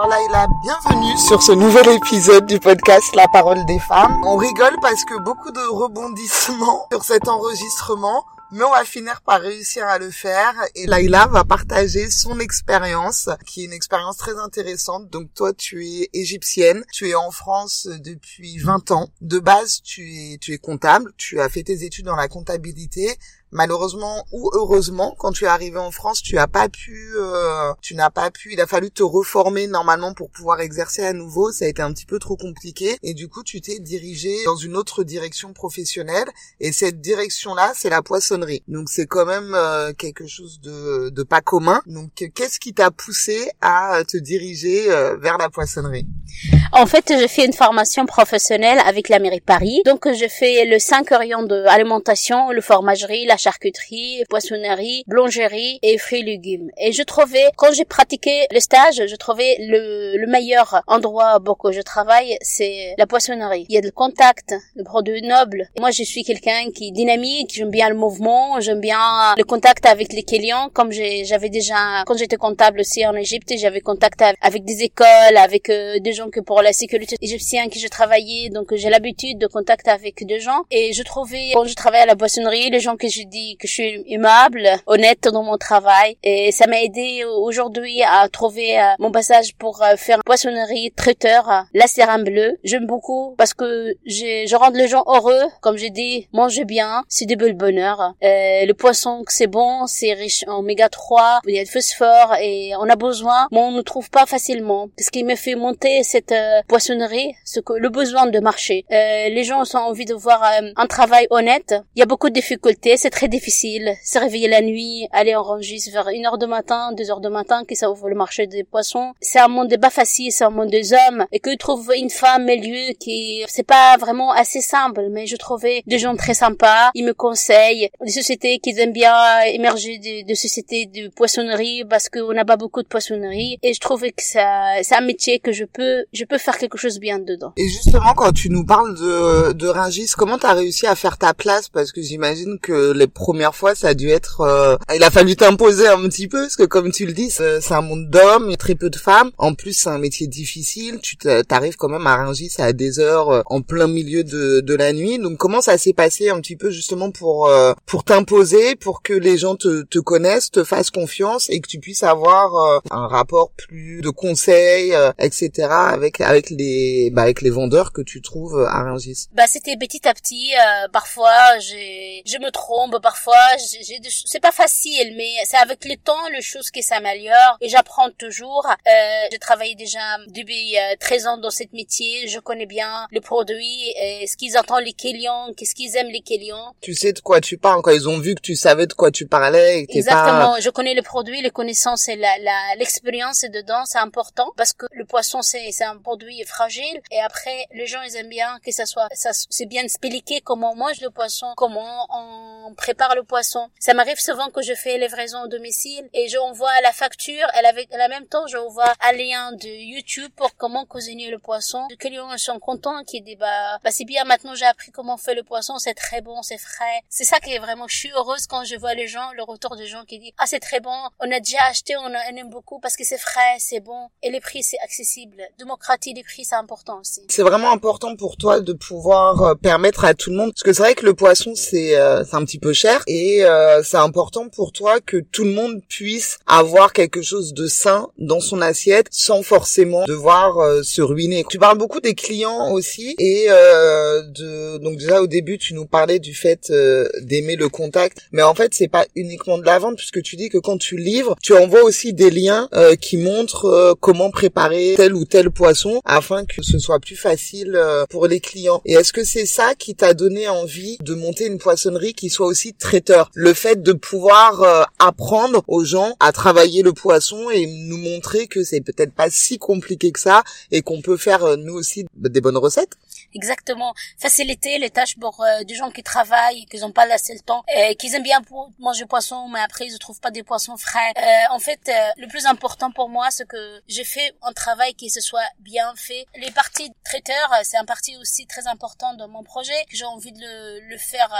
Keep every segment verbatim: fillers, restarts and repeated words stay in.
Alors Laïla, bienvenue sur ce nouvel épisode du podcast La Parole des Femmes. On rigole parce que beaucoup de rebondissements sur cet enregistrement, mais on va finir par réussir à le faire et Laïla va partager son expérience, qui est une expérience très intéressante. Donc toi, tu es égyptienne, tu es en France depuis vingt ans. De base, tu es, tu es comptable, tu as fait tes études dans la comptabilité. Malheureusement ou heureusement, quand tu es arrivé en France, tu as pas pu, euh, tu n'as pas pu, il a fallu te reformer normalement pour pouvoir exercer à nouveau. Ça a été un petit peu trop compliqué et du coup, tu t'es dirigé dans une autre direction professionnelle et cette direction-là, c'est la poissonnerie. Donc c'est quand même euh, quelque chose de, de pas commun. Donc qu'est-ce qui t'a poussé à te diriger euh, vers la poissonnerie? En fait, j'ai fait une formation professionnelle avec la mairie de Paris. Donc, je fais le cinq rayons de alimentation, le fromagerie, la charcuterie, poissonnerie, boulangerie et fruits et légumes. Et je trouvais, quand j'ai pratiqué le stage, je trouvais le, le meilleur endroit pour que je travaille, c'est la poissonnerie. Il y a le contact, le produit noble. Moi, je suis quelqu'un qui est dynamique, j'aime bien le mouvement, j'aime bien le contact avec les clients. Comme j'ai, j'avais déjà, quand j'étais comptable aussi en Égypte, j'avais contact avec des écoles, avec euh, des gens que pour la sécurité égyptienne que je travaillais, donc j'ai l'habitude de contact avec des gens. Et je trouvais, quand je travaillais à la poissonnerie, les gens que je dis que je suis aimable, honnête dans mon travail. Et ça m'a aidé aujourd'hui à trouver euh, mon passage pour euh, faire poissonnerie, traiteur, euh, la céram bleue. J'aime beaucoup parce que je, je rends les gens heureux. Comme j'ai dit, mangez bien, c'est du bel bonheur. Euh, le poisson, c'est bon, c'est riche en oméga trois, il y a du phosphore et on a besoin, mais on ne trouve pas facilement. Ce qui me fait monter cette euh, poissonnerie, ce que le besoin de marcher. Euh, les gens ont envie de voir euh, un travail honnête. Il y a beaucoup de difficultés, c'est très difficile. Se réveiller la nuit, aller en Rungis vers une heure du matin, deux heures du matin, que ça ouvre le marché des poissons. C'est un monde pas facile, c'est un monde des hommes. Et que trouve une femme milieu qui, c'est pas vraiment assez simple, mais je trouvais des gens très sympas. Ils me conseillent. Des sociétés qui aiment bien émerger de, de sociétés de poissonnerie parce qu'on n'a pas beaucoup de poissonnerie. Et je trouvais que ça, c'est un métier que je peux, je peux faire quelque chose bien dedans. Et justement, quand tu nous parles de, de Rungis, comment t'as réussi à faire ta place? Parce que j'imagine que les premières fois, ça a dû être... Euh, il a fallu t'imposer un petit peu, parce que comme tu le dis, c'est, c'est un monde d'hommes, il y a très peu de femmes. En plus, c'est un métier difficile. Tu t'arrives quand même à Rungis à des heures euh, en plein milieu de, de la nuit. Donc, comment ça s'est passé un petit peu justement pour euh, pour t'imposer, pour que les gens te, te connaissent, te fassent confiance et que tu puisses avoir euh, un rapport plus de conseils, euh, et cetera avec avec les bah avec les vendeurs que tu trouves à Rungis? Bah c'était petit à petit. Euh, parfois j'ai je me trompe, parfois j'ai, j'ai des... c'est pas facile, mais c'est avec le temps les choses qui s'améliorent et j'apprends toujours. Euh, j'ai travaillé déjà depuis euh, treize ans dans ce métier. Je connais bien le produit, et ce qu'ils entendent les clients, qu'est-ce qu'ils aiment les clients. Tu sais de quoi tu parles quand ils ont vu que tu savais de quoi tu parlais. Et que Exactement. Pas... Je connais le produit, les connaissances et la, la l'expérience dedans, c'est important parce que le poisson c'est c'est un produit fragile et après les gens ils aiment bien que ça soit ça c'est bien expliqué comment on mange le poisson, comment on prépare le poisson. Ça m'arrive souvent que je fais livraison au domicile et je envoie la facture et avec en même temps je envoie un lien de YouTube pour comment cuisiner le poisson. Les clients sont contents qui disent bah bah c'est bien, maintenant j'ai appris comment on fait le poisson, c'est très bon, c'est frais. C'est ça qui est vraiment, je suis heureuse quand je vois les gens, le retour des gens qui disent ah c'est très bon, on a déjà acheté, on, a, on aime beaucoup parce que c'est frais, c'est bon et les prix c'est accessible. Démocratie des prix c'est important aussi. C'est vraiment important pour toi de pouvoir euh, permettre à tout le monde, parce que c'est vrai que le poisson c'est euh, c'est un petit peu cher et euh, c'est important pour toi que tout le monde puisse avoir quelque chose de sain dans son assiette sans forcément devoir euh, se ruiner. Tu parles beaucoup des clients aussi et euh, de donc déjà au début tu nous parlais du fait euh, d'aimer le contact, mais en fait c'est pas uniquement de la vente puisque tu dis que quand tu livres, tu envoies aussi des liens euh, qui montrent euh, comment préparer tel ou tel poisson afin que ce soit plus facile euh, pour les clients. Et est-ce que c'est ça qui t'a donné envie de monter une poissonnerie qui soit aussi traiteur? Le fait de pouvoir euh, apprendre aux gens à travailler le poisson et nous montrer que c'est peut-être pas si compliqué que ça et qu'on peut faire euh, nous aussi des bonnes recettes? Exactement. Faciliter les tâches pour euh, des gens qui travaillent, qui n'ont pas assez le temps, et qui aiment bien pour manger poisson, mais après ils ne trouvent pas des poissons frais. Euh, en fait, euh, le plus important pour moi, c'est que j'ai fait un travail qui se soit bien fait. Les parties traiteurs, c'est un parti aussi très important dans mon projet, que j'ai envie de le, le faire euh,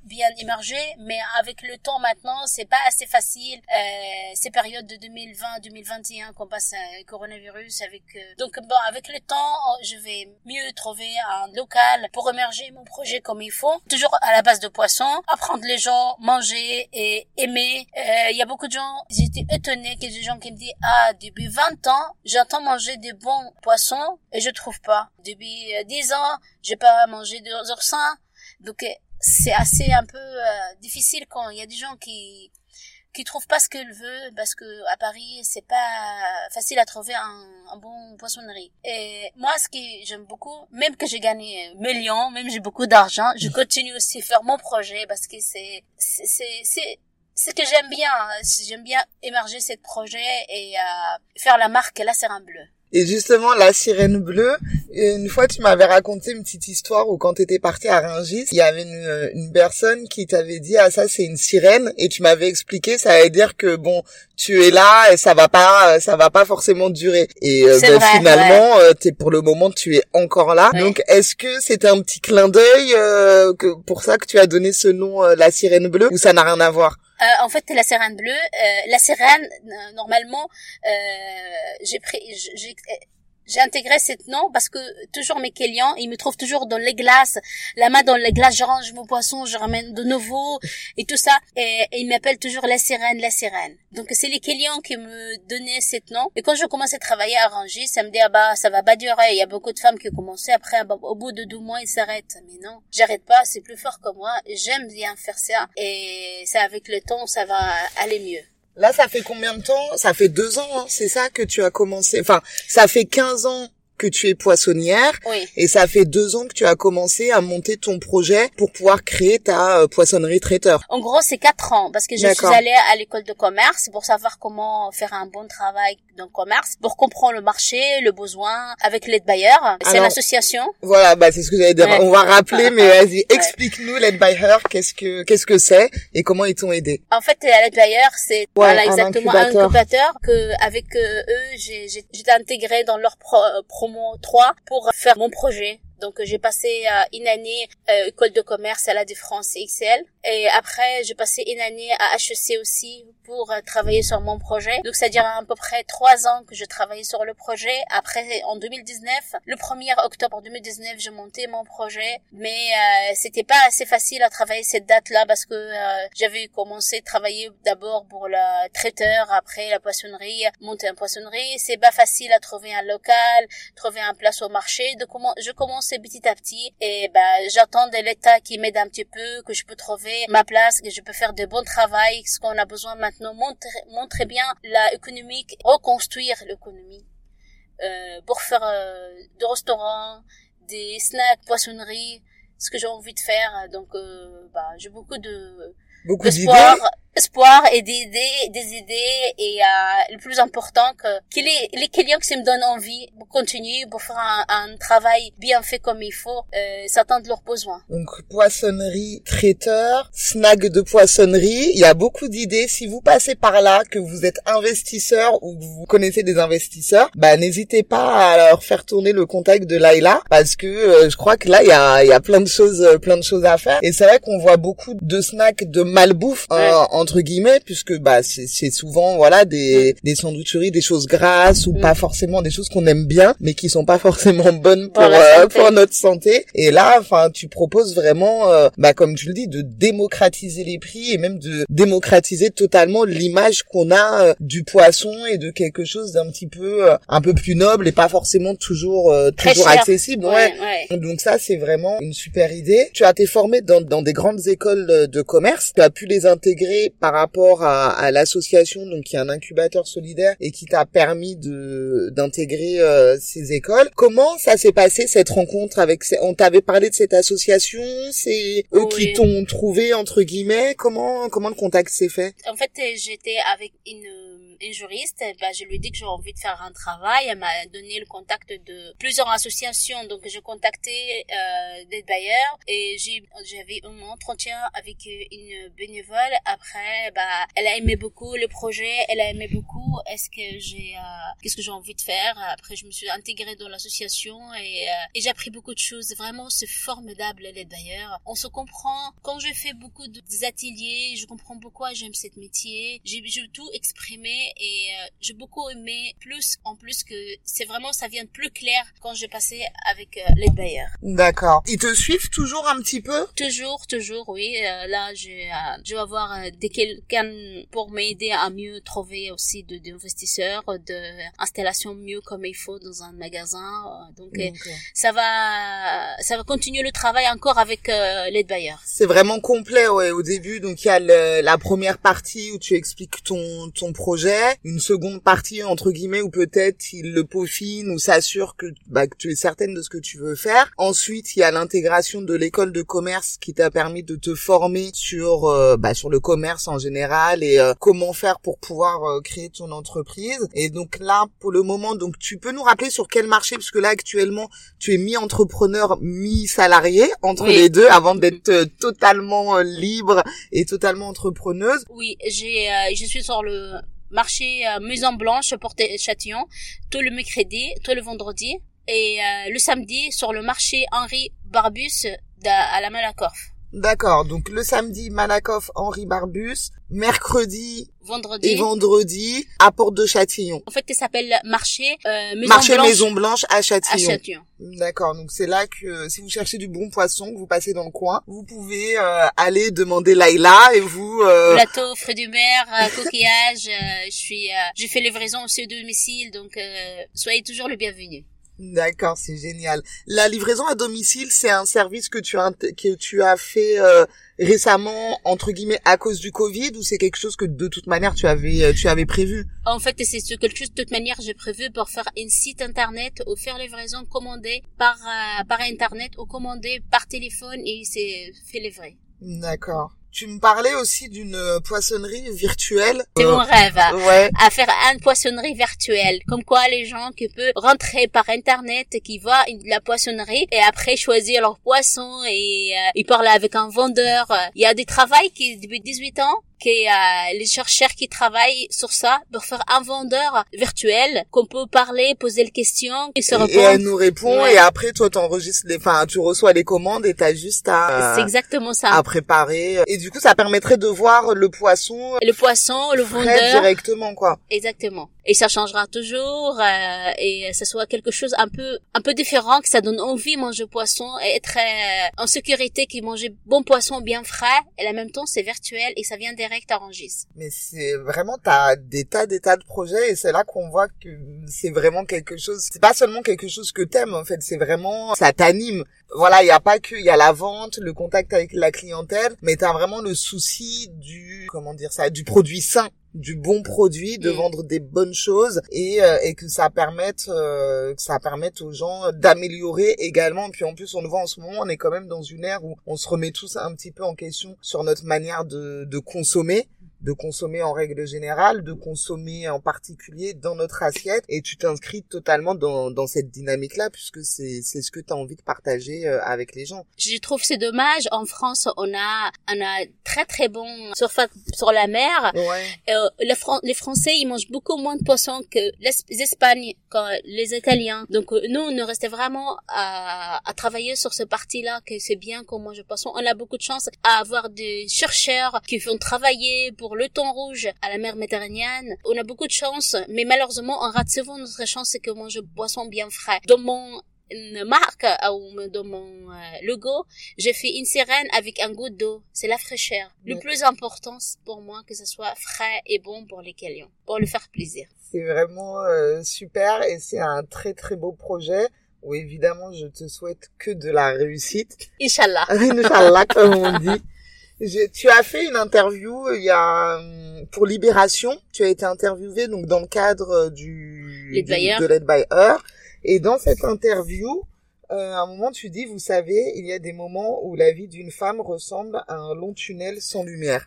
bien immergé, mais avec le temps maintenant, c'est pas assez facile. Euh, ces périodes de deux mille vingt, deux mille vingt et un qu'on passe à coronavirus avec. Euh, donc bon, avec le temps, je vais mieux trouver un local pour émerger mon projet comme il faut. Toujours à la base de poissons, apprendre les gens, manger et aimer. Euh, Il y a beaucoup de gens, j'étais étonnée qu'il y ait des gens qui me disent ah depuis vingt ans, j'entends manger des bons poissons et je trouve pas. Depuis euh, dix ans, j'ai pas mangé de oursins. Donc c'est assez un peu euh, difficile quand il y a des gens qui qui trouvent pas ce qu'ils veulent parce que à Paris c'est pas facile à trouver un, un bon poissonnerie. Et moi ce que j'aime beaucoup, même que j'ai gagné millions, même j'ai beaucoup d'argent, je continue aussi à faire mon projet parce que c'est c'est c'est, c'est ce que j'aime bien, j'aime bien émerger ce projet et euh, faire la marque La Sirène Bleue. Et justement, la sirène bleue, une fois tu m'avais raconté une petite histoire où quand t'étais partie à Rungis, il y avait une, une personne qui t'avait dit ah ça c'est une sirène et tu m'avais expliqué ça veut dire que bon tu es là et ça va pas ça va pas forcément durer et euh, ben, vrai, finalement ouais. euh, t'es pour le moment tu es encore là. Oui. Donc est-ce que c'était un petit clin d'œil euh, que pour ça que tu as donné ce nom euh, la sirène bleue ou ça n'a rien à voir? Euh, en fait, la sirène bleue, euh, la sirène, euh, normalement, euh, j'ai pris, j'ai, j'ai intégré ce nom parce que toujours mes clients, ils me trouvent toujours dans les glaces, la main dans les glaces, je range mon poisson, je ramène de nouveau et tout ça, et, et ils m'appellent toujours la sirène, la sirène. Donc c'est les clients qui me donnaient ce nom. Et quand je commençais à travailler à Rungis, ça me dit ah bah ça va pas durer. Il y a beaucoup de femmes qui commençaient après, bah, au bout de deux mois ils s'arrêtent. Mais non, j'arrête pas, c'est plus fort que moi. J'aime bien faire ça et ça avec le temps ça va aller mieux. Là, ça fait combien de temps? Ça fait deux ans, hein, c'est ça que tu as commencé. Enfin, ça fait quinze ans que tu es poissonnière. Oui. Et ça fait deux ans que tu as commencé à monter ton projet pour pouvoir créer ta euh, poissonnerie traiteur. En gros, c'est quatre ans parce que je D'accord. suis allée à l'école de commerce pour savoir comment faire un bon travail dans le commerce, pour comprendre le marché, le besoin avec l'aide bailleur. C'est Alors, l'association. Voilà, bah c'est ce que j'allais dire. Ouais. On va rappeler, mais vas-y, ouais. explique-nous l'aide bailleur. Qu'est-ce que qu'est-ce que c'est et comment ils t'ont aidé? En fait, l'aide bailleur, c'est ouais, voilà exactement un incubateur. un incubateur que avec euh, eux, j'ai j'ai j'étais intégrée dans leur pro, promo trois pour faire mon projet. Donc j'ai passé euh, une année euh, école de commerce à la Défense X L et après j'ai passé une année à H E C aussi pour euh, travailler sur mon projet. Donc c'est-à-dire à peu près trois ans que je travaillais sur le projet. Après en deux mille dix-neuf, le premier octobre deux mille dix-neuf, j'ai monté mon projet, mais euh, c'était pas assez facile à travailler cette date-là parce que euh, j'avais commencé à travailler d'abord pour le traiteur, après la poissonnerie, monter une poissonnerie. C'est pas facile à trouver un local, trouver un place au marché. Donc comment je commence petit à petit et ben j'attends de l'État qui m'aide un petit peu, que je peux trouver ma place, que je peux faire de bon travail, ce qu'on a besoin maintenant, montrer, montrer bien l'économie, reconstruire l'économie euh, pour faire euh, des restaurants, des snacks, poissonneries, ce que j'ai envie de faire. Donc euh, bah j'ai beaucoup de beaucoup d'espoir. d'idées. espoir et des idées, des idées et euh, le plus important que, que les, les clients qui me donnent envie pour continuer, pour faire un, un travail bien fait comme il faut, euh, s'attendent leurs besoins. Donc poissonnerie, traiteur, snack de poissonnerie, il y a beaucoup d'idées. Si vous passez par là, que vous êtes investisseur ou que vous connaissez des investisseurs, bah n'hésitez pas à leur faire tourner le contact de Laila parce que euh, je crois que là il y a il y a plein de choses plein de choses à faire et c'est vrai qu'on voit beaucoup de snacks de malbouffe ouais. euh, entre guillemets puisque bah c'est c'est souvent voilà des des sandwicheries, des choses grasses ou mm. pas forcément des choses qu'on aime bien mais qui sont pas forcément bonnes pour pour, euh, pour notre santé. Et là enfin tu proposes vraiment euh, bah comme tu le dis de démocratiser les prix et même de démocratiser totalement l'image qu'on a euh, du poisson et de quelque chose d'un petit peu euh, un peu plus noble et pas forcément toujours euh, toujours accessible. Ouais, ouais. ouais. Donc ça c'est vraiment une super idée. Tu as été formé dans dans des grandes écoles de commerce, tu as pu les intégrer par rapport à, à l'association donc qui est un incubateur solidaire et qui t'a permis de d'intégrer euh, ces écoles. Comment ça s'est passé cette rencontre avec ces... on t'avait parlé de cette association, c'est eux oui. qui t'ont trouvé entre guillemets, comment comment le contact s'est fait? En fait, j'étais avec une une juriste, bah, je lui ai dit que j'avais envie de faire un travail, elle m'a donné le contact de plusieurs associations, donc j'ai contacté euh, des bailleurs et j'ai j'avais un entretien avec une bénévole. Après après, bah, elle a aimé beaucoup le projet, elle a aimé beaucoup. Est-ce que j'ai, euh, qu'est-ce que j'ai envie de faire? Après, je me suis intégrée dans l'association et, euh, et j'ai appris beaucoup de choses. Vraiment, c'est formidable, les d'ailleurs. On se comprend. Quand je fais beaucoup de, des ateliers, je comprends pourquoi j'aime ce métier. J'ai, j'ai tout exprimé et euh, j'ai beaucoup aimé. Plus, en plus que c'est vraiment, ça vient plus clair quand j'ai passé avec euh, les bailleurs. D'accord. Ils te suivent toujours un petit peu? Toujours, toujours, oui. Euh, là, je, euh, je vais avoir euh, des quelqu'un pour m'aider à mieux trouver aussi de, d'investisseurs, d'installations mieux comme il faut dans un magasin. Euh, donc, okay. euh, ça va, ça va continuer le travail encore avec euh, l'aide bailleur. C'est vraiment complet, ouais. Au début, donc il y a le, la première partie où tu expliques ton ton projet, une seconde partie entre guillemets où peut-être il le peaufine ou s'assure que bah que tu es certaine de ce que tu veux faire. Ensuite, il y a l'intégration de l'école de commerce qui t'a permis de te former sur euh, bah sur le commerce en général et euh, comment faire pour pouvoir euh, créer ton entreprise. Et donc là, pour le moment, donc tu peux nous rappeler sur quel marché, parce que là actuellement tu es mi-entrepreneur, mi-salarié entre oui. les deux, avant d'être euh, totalement euh, libre et totalement entrepreneuse. Oui, j'ai euh, je suis sur le marché euh, Maison Blanche, Porte-Châtillon, tout le mercredi, tout le vendredi, et euh, le samedi sur le marché Henri Barbus à la Malakoff. D'accord, donc le samedi Malakoff, Henri Barbus, mercredi vendredi et vendredi à Porte de Châtillon. En fait, ça s'appelle marché euh, Maison marché Blanche. Maison Blanche à Châtillon. À Châtillon. D'accord, donc c'est là que si vous cherchez du bon poisson, que vous passez dans le coin, vous pouvez euh, aller demander Laïla et vous euh... plateau, fruits de mer, euh, coquillages. Euh, je suis, euh, j'ai fait livraison aussi au domicile, donc euh, soyez toujours le bienvenu. D'accord, c'est génial. La livraison à domicile, c'est un service que tu as que tu as fait euh, récemment entre guillemets à cause du Covid, ou c'est quelque chose que de toute manière tu avais tu avais prévu? En fait, c'est quelque chose de toute manière j'ai prévu pour faire un site internet ou faire livraison commandée par euh, par internet ou commandée par téléphone et c'est fait livrer. D'accord. Tu me parlais aussi d'une poissonnerie virtuelle. C'est mon rêve. Ouais. À faire une poissonnerie virtuelle. Comme quoi les gens qui peuvent rentrer par internet, qui voient la poissonnerie et après choisir leur poisson et euh, ils parlent avec un vendeur. Il y a des travails qui depuis dix-huit ans que euh, les chercheurs qui travaillent sur ça pour faire un vendeur virtuel qu'on peut parler, poser les questions, et se répondre. Et elle nous répond ouais. Et après toi t'enregistres les, enfin tu reçois les commandes et t'as juste à. C'est exactement ça. À préparer. Et du coup ça permettrait de voir le poisson. Le poisson, le vendeur. Directement quoi. Exactement. Et ça changera toujours euh, et ça soit quelque chose un peu un peu différent, que ça donne envie de manger poisson et être euh, en sécurité, qui manger bon poisson bien frais et en même temps c'est virtuel et ça vient direct à Rungis. Mais c'est vraiment, t'as des tas des tas de projets et c'est là qu'on voit que c'est vraiment quelque chose, c'est pas seulement quelque chose que t'aimes en fait, c'est vraiment, ça t'anime. Voilà, il y a pas que, il y a la vente, le contact avec la clientèle, mais t'as vraiment le souci du, comment dire ça, du produit sain, du bon produit, de mmh. vendre des bonnes choses et euh, et que ça permette euh, que ça permette aux gens d'améliorer également. Puis en plus on le voit en ce moment, on est quand même dans une ère où on se remet tous un petit peu en question sur notre manière de de consommer. de consommer en règle générale, de consommer en particulier dans notre assiette, et tu t'inscris totalement dans dans cette dynamique-là puisque c'est c'est ce que tu as envie de partager euh, avec les gens. Je trouve c'est dommage, en France on a on a très très bon surface sur la mer. Ouais. Euh, les, Fran- les Français ils mangent beaucoup moins de poissons que les Espagnes, que les Italiens. Donc euh, nous on restait vraiment à à travailler sur ce parti-là, que c'est bien qu'on mange le poisson. On a beaucoup de chance à avoir des chercheurs qui font travailler pour le thon rouge à la mer Méditerranéenne. On a beaucoup de chance, mais malheureusement, on rate souvent notre chance, c'est que manger poisson bien frais. Dans mon une marque, ou dans mon euh, logo, j'ai fait une sirène avec un goût d'eau. C'est la fraîcheur. Le plus important pour moi, que ce soit frais et bon pour les clients, pour le faire plaisir. C'est vraiment euh, super et c'est un très très beau projet. Oui, évidemment, je te souhaite que de la réussite. Inch'Allah. Inch'Allah, comme on dit. Je, tu as fait une interview il y a pour Libération. Tu as été interviewée donc dans le cadre du, du de l'aide by Heure. Et dans cette interview, euh, à un moment tu dis, vous savez, il y a des moments où la vie d'une femme ressemble à un long tunnel sans lumière.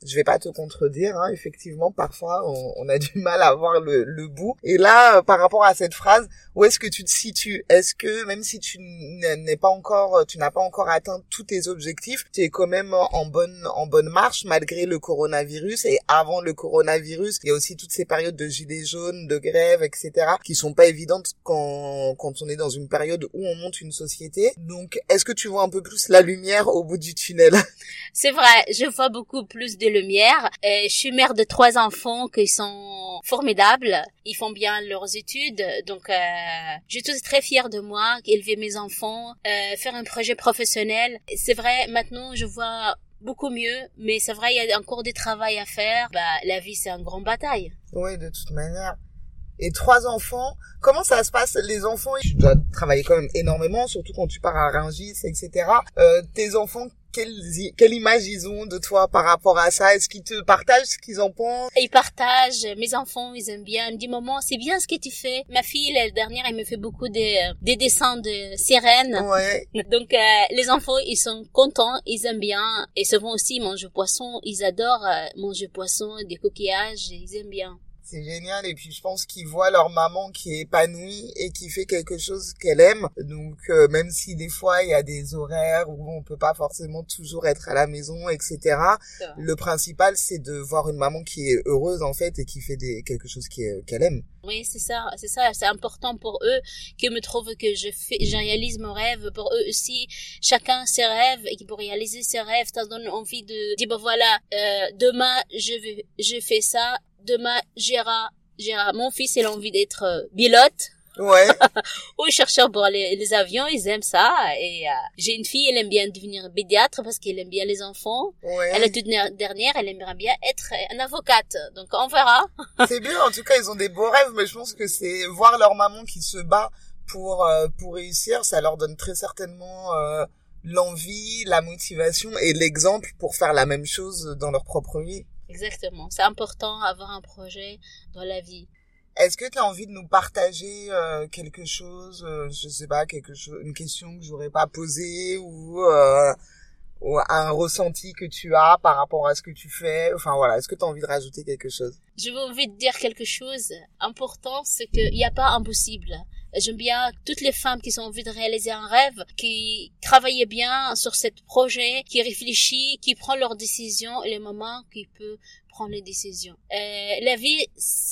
Je vais pas te contredire, hein, effectivement, parfois on, on a du mal à voir le, le bout. Et là, euh, par rapport à cette phrase, où est-ce que tu te situes? Est-ce que même si tu n'es pas encore, tu n'as pas encore atteint tous tes objectifs, tu es quand même en bonne en bonne marche malgré le coronavirus? Et avant le coronavirus, il y a aussi toutes ces périodes de gilets jaunes, de grève, et cetera, qui sont pas évidentes quand quand on est dans une période où on monte une société. Donc, est-ce que tu vois un peu plus la lumière au bout du tunnel? C'est vrai, je vois beaucoup plus de lumière. Euh, je suis mère de trois enfants qui sont formidables. Ils font bien leurs études. Donc, euh, je suis très fière de moi, élever mes enfants, euh, faire un projet professionnel. C'est vrai, maintenant, je vois beaucoup mieux. Mais c'est vrai, il y a encore du travail à faire. Bah, la vie, c'est une grande bataille. Oui, de toute manière. Et trois enfants, comment ça se passe, les enfants? Tu dois travailler quand même énormément, surtout quand tu pars à Rungis, et cetera. Euh, tes enfants, quelle, quelle image ils ont de toi par rapport à ça? Est-ce qu'ils te partagent ce qu'ils en pensent? Ils partagent, mes enfants, ils aiment bien. Ils me disent, maman, c'est bien ce que tu fais. Ma fille, la dernière, elle me fait beaucoup des, des dessins de sirènes. Ouais. Donc, euh, les enfants, ils sont contents, ils aiment bien. Et souvent aussi, ils mangent poisson. Ils adorent euh, manger poisson, des coquillages, ils aiment bien. C'est génial, et puis je pense qu'ils voient leur maman qui est épanouie et qui fait quelque chose qu'elle aime. Donc euh, même si des fois il y a des horaires où on peut pas forcément toujours être à la maison, et cetera. Le principal, c'est de voir une maman qui est heureuse en fait et qui fait des quelque chose qui est, qu'elle aime. Oui, c'est ça, c'est ça, c'est important pour eux qu'ils me trouvent que je fais, je réalise mon rêve. Pour eux aussi, chacun ses rêves, et pour réaliser ses rêves, ça donne envie de dire, ben voilà, euh, demain je vais, je fais ça. Demain, Gérard, Gérard, mon fils, il a envie d'être euh, pilote. Ouais. Ou chercheur pour les, les avions, ils aiment ça. Et euh, j'ai une fille, elle aime bien devenir pédiatre parce qu'elle aime bien les enfants. Ouais. Elle a toute dernière, elle aimerait bien être une avocate. Donc on verra. C'est bien, en tout cas, ils ont des beaux rêves, mais je pense que c'est voir leur maman qui se bat pour euh, pour réussir, ça leur donne très certainement euh, l'envie, la motivation et l'exemple pour faire la même chose dans leur propre vie. Exactement. C'est important d'avoir un projet dans la vie. Est-ce que tu as envie de nous partager euh, quelque chose, euh, je sais pas, quelque chose, une question que j'aurais pas posée ou, euh, ou un ressenti que tu as par rapport à ce que tu fais? Enfin voilà, est-ce que tu as envie de rajouter quelque chose? Je veux envie de dire quelque chose important, c'est qu'il n'y a pas impossible. J'aime bien toutes les femmes qui ont envie de réaliser un rêve, qui travaillent bien sur ce projet, qui réfléchissent, qui prennent leurs décisions et les moments qui peuvent prendre les décisions. Euh, la vie,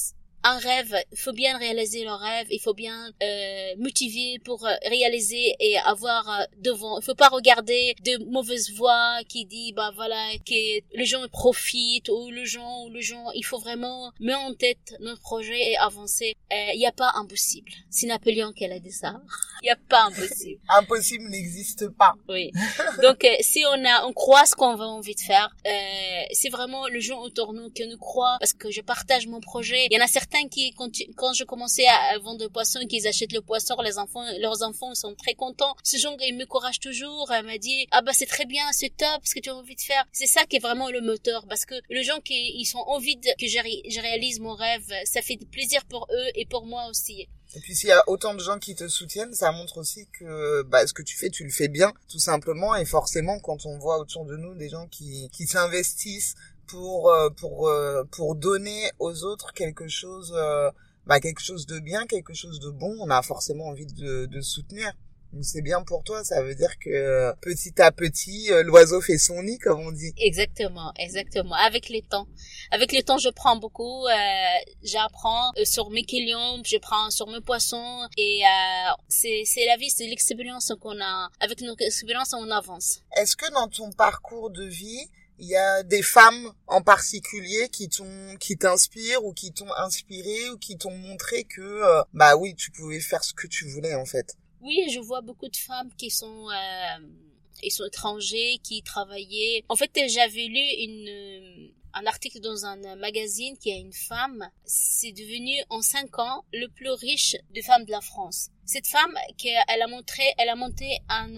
un rêve, il faut bien réaliser le rêve, il faut bien euh, motiver pour réaliser et avoir euh, devant. Il faut pas regarder de mauvaises voix qui dit bah voilà que les gens profitent ou les gens ou les gens. Il faut vraiment mettre en tête notre projet et avancer. Il euh, y a pas impossible. C'est Napoléon qui a dit ça. Il y a pas impossible. Impossible n'existe pas. Oui. Donc euh, si on a on croit ce qu'on a envie de faire, euh, c'est vraiment les gens autour de nous qui nous croient parce que je partage mon projet. Il y en a certains qui, quand, quand je commençais à vendre le poisson, qu'ils achètent le poisson, les enfants, leurs enfants sont très contents. Ce genre, ils me encouragent toujours. Elle m'a dit, ah bah c'est très bien, c'est top, ce que tu as envie de faire. C'est ça qui est vraiment le moteur, parce que les gens qui, ils ont envie de, que je, je réalise mon rêve, ça fait plaisir pour eux et pour moi aussi. Et puis s'il y a autant de gens qui te soutiennent, ça montre aussi que bah ce que tu fais, tu le fais bien, tout simplement. Et forcément, quand on voit autour de nous des gens qui qui s'investissent pour pour pour donner aux autres quelque chose, bah quelque chose de bien, quelque chose de bon, on a forcément envie de de soutenir. Donc c'est bien pour toi, ça veut dire que petit à petit, l'oiseau fait son nid, comme on dit. Exactement, exactement. Avec le temps, avec le temps, je prends beaucoup. Euh, j'apprends sur mes clients, je prends sur mes poissons, et euh, c'est c'est la vie, c'est l'expérience qu'on a. Avec notre expérience, on avance. Est-ce que dans ton parcours de vie, il y a des femmes en particulier qui t'ont, qui t'inspirent ou qui t'ont inspiré ou qui t'ont montré que, euh, bah oui, tu pouvais faire ce que tu voulais en fait? Oui, je vois beaucoup de femmes qui sont, euh, ils sont étrangers, qui travaillaient. En fait, j'avais lu une, un article dans un magazine qui a une femme, c'est devenu en cinq ans le plus riche des femmes de la France. Cette femme, qui elle a montré, elle a monté un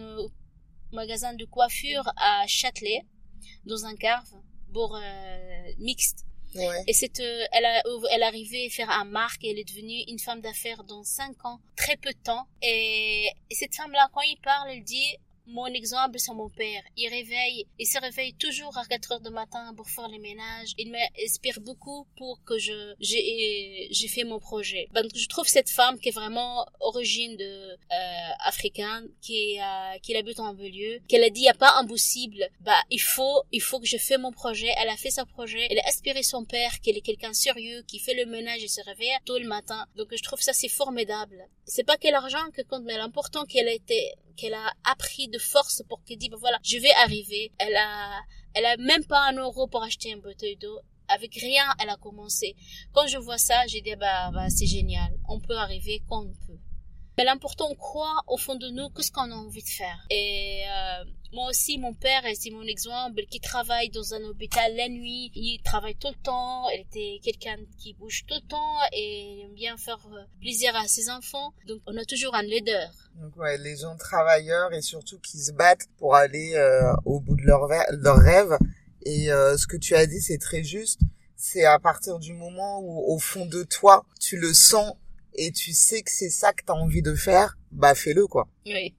magasin de coiffure à Châtelet, dans un cave, pour euh, mixte. Ouais. Et cette, euh, elle a, elle arrivait à faire un marque et elle est devenue une femme d'affaires dans cinq ans, très peu de temps. Et, et cette femme-là, quand il parle, elle dit, mon exemple, c'est mon père. Il réveille, il se réveille toujours à quatre heures du matin pour faire les ménages. Il m'inspire beaucoup pour que je, j'ai, j'ai fait mon projet. Donc, je trouve cette femme qui est vraiment origine de, euh, africaine, qui, euh, qui habite en banlieue, qu'elle a dit, il n'y a pas impossible. Bah, il faut, il faut que je fasse mon projet. Elle a fait son projet. Elle a inspiré son père, qui est quelqu'un sérieux, qui fait le ménage et se réveille tôt le matin. Donc, je trouve ça, c'est formidable. C'est pas quel argent que compte, mais l'important qu'elle a été, qu'elle a appris de force pour qu'elle dise, bah voilà, je vais arriver. Elle a, elle a même pas un euro pour acheter une bouteille d'eau. Avec rien, elle a commencé. Quand je vois ça, j'ai dit, bah, bah, c'est génial. On peut arriver quand on peut. Mais l'important, on croit au fond de nous qu'est-ce qu'on a envie de faire. Et euh, moi aussi, mon père, c'est mon exemple, qui travaille dans un hôpital la nuit. Il travaille tout le temps. Il était quelqu'un qui bouge tout le temps et il aime bien faire plaisir à ses enfants. Donc, on a toujours un leader. Donc ouais, les gens travailleurs et surtout qui se battent pour aller euh, au bout de leur, leur rêve. Et euh, ce que tu as dit, c'est très juste. C'est à partir du moment où, au fond de toi, tu le sens et tu sais que c'est ça que tu as envie de faire, bah fais-le, quoi. Oui.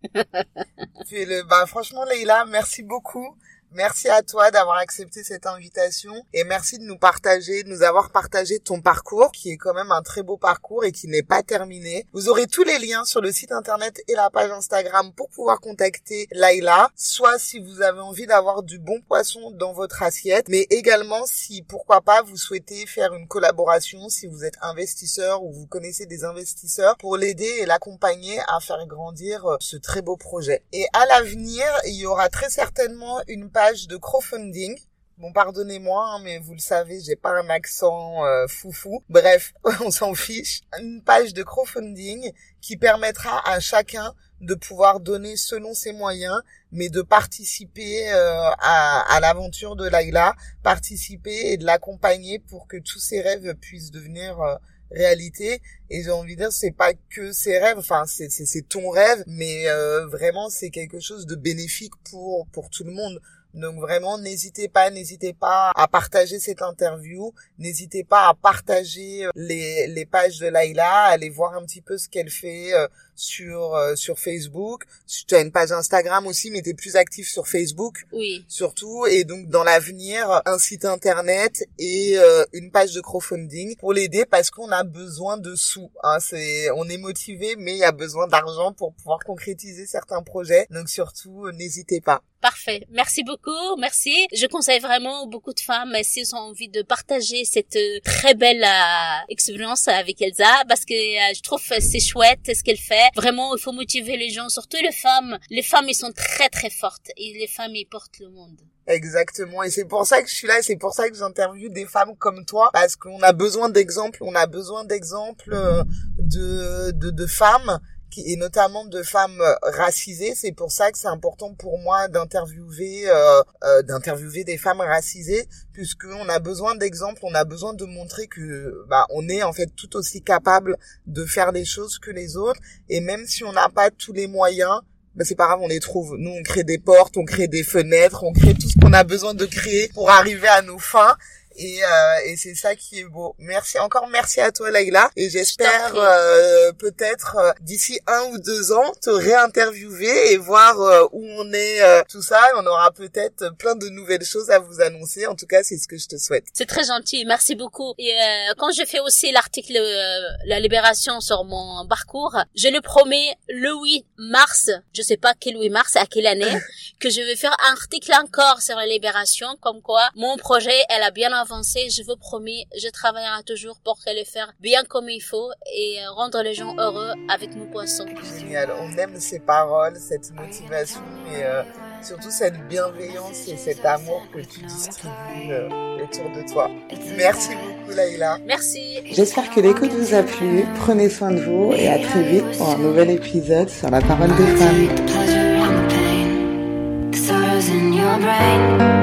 Fais-le. Bah franchement, Leïla, merci beaucoup. Merci à toi d'avoir accepté cette invitation et merci de nous partager, de nous avoir partagé ton parcours qui est quand même un très beau parcours et qui n'est pas terminé. Vous aurez tous les liens sur le site internet et la page Instagram pour pouvoir contacter Leïla, soit si vous avez envie d'avoir du bon poisson dans votre assiette, mais également si, pourquoi pas, vous souhaitez faire une collaboration, si vous êtes investisseur ou vous connaissez des investisseurs pour l'aider et l'accompagner à faire grandir ce très beau projet. Et à l'avenir, il y aura très certainement une page de crowdfunding. Bon, pardonnez-moi, hein, mais vous le savez, j'ai pas un accent euh, foufou. Bref, on s'en fiche. Une page de crowdfunding qui permettra à chacun de pouvoir donner selon ses moyens, mais de participer euh, à, à l'aventure de Leïla, participer et de l'accompagner pour que tous ses rêves puissent devenir euh, réalité. Et j'ai envie de dire, c'est pas que ses rêves, enfin c'est c'est, c'est ton rêve, mais euh, vraiment c'est quelque chose de bénéfique pour pour tout le monde. Donc vraiment, n'hésitez pas, n'hésitez pas à partager cette interview, n'hésitez pas à partager les les pages de Leïla, à aller voir un petit peu ce qu'elle fait euh, sur euh, sur Facebook. Tu as une page Instagram aussi, mais t'es plus actif sur Facebook. Oui. Surtout, et donc dans l'avenir, un site internet et euh, une page de crowdfunding pour l'aider parce qu'on a besoin de sous. Hein, c'est, on est motivé, mais il y a besoin d'argent pour pouvoir concrétiser certains projets. Donc surtout, euh, n'hésitez pas. Parfait. Merci beaucoup. Merci. Je conseille vraiment beaucoup de femmes si elles ont envie de partager cette très belle euh, expérience avec Elsa parce que euh, je trouve que c'est chouette ce qu'elle fait. Vraiment, il faut motiver les gens, surtout les femmes. Les femmes, elles sont très très fortes et les femmes, elles portent le monde. Exactement. Et c'est pour ça que je suis là et c'est pour ça que j'interviewe des femmes comme toi parce qu'on a besoin d'exemples. On a besoin d'exemples de, de, de femmes et notamment de femmes racisées. C'est pour ça que c'est important pour moi d'interviewer euh, euh, d'interviewer des femmes racisées puisque on a besoin d'exemples, on a besoin de montrer que bah on est en fait tout aussi capable de faire les choses que les autres et même si on n'a pas tous les moyens, bah c'est pas grave, on les trouve. Nous on crée des portes, on crée des fenêtres, on crée tout ce qu'on a besoin de créer pour arriver à nos fins. Et, euh, et c'est ça qui est beau. Merci encore, merci à toi Leïla. Et j'espère euh, peut-être euh, d'ici un ou deux ans te réinterviewer et voir euh, où on est euh, tout ça. On aura peut-être plein de nouvelles choses à vous annoncer. En tout cas, c'est ce que je te souhaite. C'est très gentil, merci beaucoup. Et euh, quand je fais aussi l'article euh, La Libération sur mon parcours, je le promets le huit mars, je sais pas quel huit mars, à quelle année, que je vais faire un article encore sur la Libération, comme quoi mon projet, elle a bien avancé, je vous promets, je travaillerai toujours pour le faire bien comme il faut et rendre les gens heureux avec mon poisson. Génial, on aime ces paroles, cette motivation et euh, surtout cette bienveillance et cet amour que tu distribues euh, autour de toi. Merci beaucoup Leïla. Merci. J'espère que l'écoute vous a plu, prenez soin de vous et à très vite pour un nouvel épisode sur la parole des femmes.